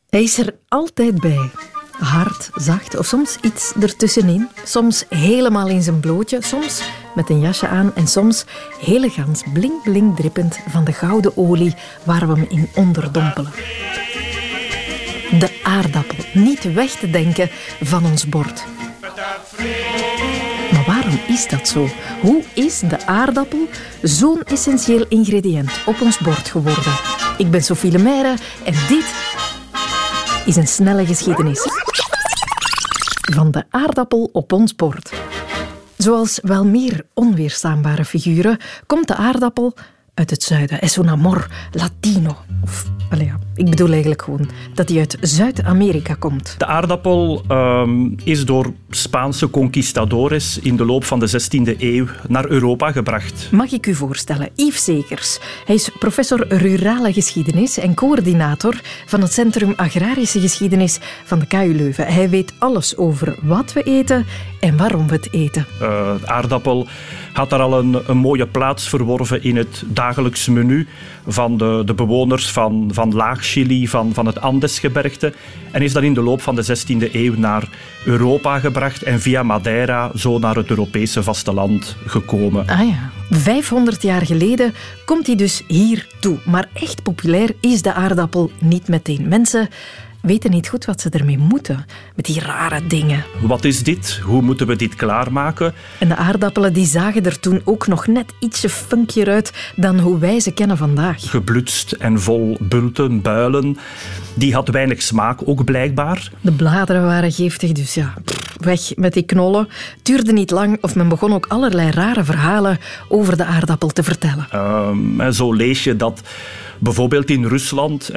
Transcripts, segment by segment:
Hij is er altijd bij. Hard, zacht of soms iets ertussenin. Soms helemaal in zijn blootje, soms met een jasje aan en soms elegant bling-bling drippend van de gouden olie waar we hem in onderdompelen. De aardappel, niet weg te denken van ons bord. Maar waarom is dat zo? Hoe is de aardappel zo'n essentieel ingrediënt op ons bord geworden? Ik ben Sophie Lemaire en dit is een snelle geschiedenis van de aardappel op ons bord. Zoals wel meer onweerstaanbare figuren komt de aardappel uit het zuiden. Es un amor latino. Ik bedoel eigenlijk gewoon dat hij uit Zuid-Amerika komt. De aardappel is door Spaanse conquistadores in de loop van de 16e eeuw naar Europa gebracht. Mag ik u voorstellen, Yves Zekers. Hij is professor rurale geschiedenis en coördinator van het Centrum Agrarische Geschiedenis van de KU Leuven. Hij weet alles over wat we eten en waarom we het eten. De aardappel had daar al een mooie plaats verworven in het dagelijks menu van de bewoners van Laag-Chili, van het Andesgebergte. En is dan in de loop van de 16e eeuw naar Europa gebracht en via Madeira zo naar het Europese vasteland gekomen. Ah ja. 500 jaar geleden komt hij dus hier toe. Maar echt populair is de aardappel niet meteen. Mensen weten niet goed wat ze ermee moeten, met die rare dingen. Wat is dit? Hoe moeten we dit klaarmaken? En de aardappelen die zagen er toen ook nog net ietsje funkier uit dan hoe wij ze kennen vandaag. Geblutst en vol bulten, builen. Die had weinig smaak, ook blijkbaar. De bladeren waren giftig, dus ja, weg met die knollen. Het duurde niet lang of men begon ook allerlei rare verhalen over de aardappel te vertellen. Zo lees je dat bijvoorbeeld in Rusland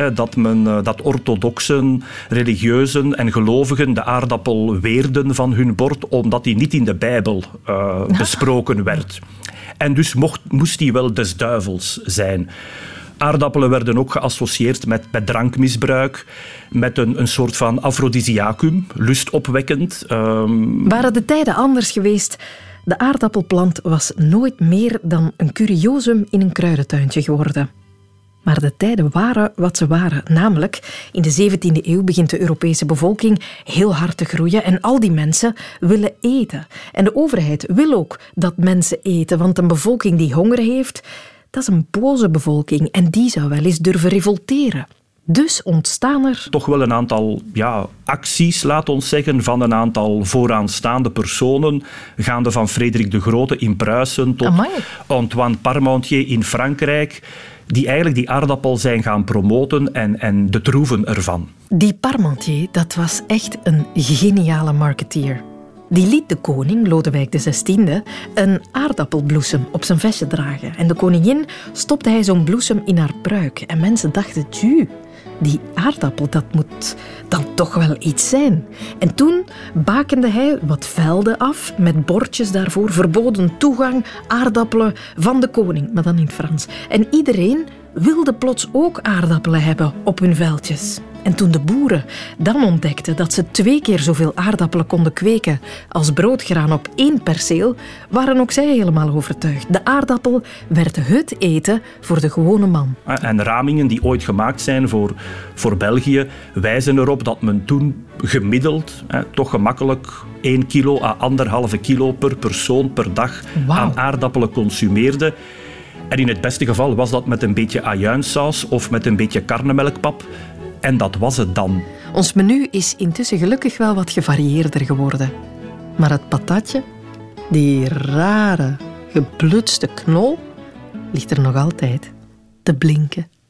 dat orthodoxen, religieuzen en gelovigen de aardappel weerden van hun bord omdat die niet in de Bijbel besproken werd. En dus moest die wel des duivels zijn. Aardappelen werden ook geassocieerd met drankmisbruik, met een soort van afrodisiacum, lustopwekkend. Waren de tijden anders geweest? De aardappelplant was nooit meer dan een curiosum in een kruidentuintje geworden. Maar de tijden waren wat ze waren. Namelijk, in de 17e eeuw begint de Europese bevolking heel hard te groeien en al die mensen willen eten. En de overheid wil ook dat mensen eten, want een bevolking die honger heeft, dat is een boze bevolking en die zou wel eens durven revolteren. Dus ontstaan er toch wel een aantal acties, laat ons zeggen, van een aantal vooraanstaande personen, gaande van Frederik de Grote in Pruisen tot Antoine Parmentier in Frankrijk, die eigenlijk die aardappel zijn gaan promoten en de troeven ervan. Die Parmentier, dat was echt een geniale marketeer. Die liet de koning, Lodewijk XVI, een aardappelbloesem op zijn vestje dragen. En de koningin stopte hij zo'n bloesem in haar pruik. En mensen dachten, die aardappel, dat moet dan toch wel iets zijn. En toen bakende hij wat velden af met bordjes daarvoor, verboden toegang, aardappelen van de koning, maar dan in het Frans. En iedereen wilde plots ook aardappelen hebben op hun veldjes. En toen de boeren dan ontdekten dat ze 2 keer zoveel aardappelen konden kweken als broodgraan op 1 perceel, waren ook zij helemaal overtuigd. De aardappel werd het eten voor de gewone man. En ramingen die ooit gemaakt zijn voor België wijzen erop dat men toen gemiddeld toch gemakkelijk 1 kilo à 1,5 kilo per persoon per dag aan aardappelen consumeerde. En in het beste geval was dat met een beetje ajuinsaus of met een beetje karnemelkpap. En dat was het dan. Ons menu is intussen gelukkig wel wat gevarieerder geworden. Maar het patatje, die rare, geblutste knol, ligt er nog altijd te blinken.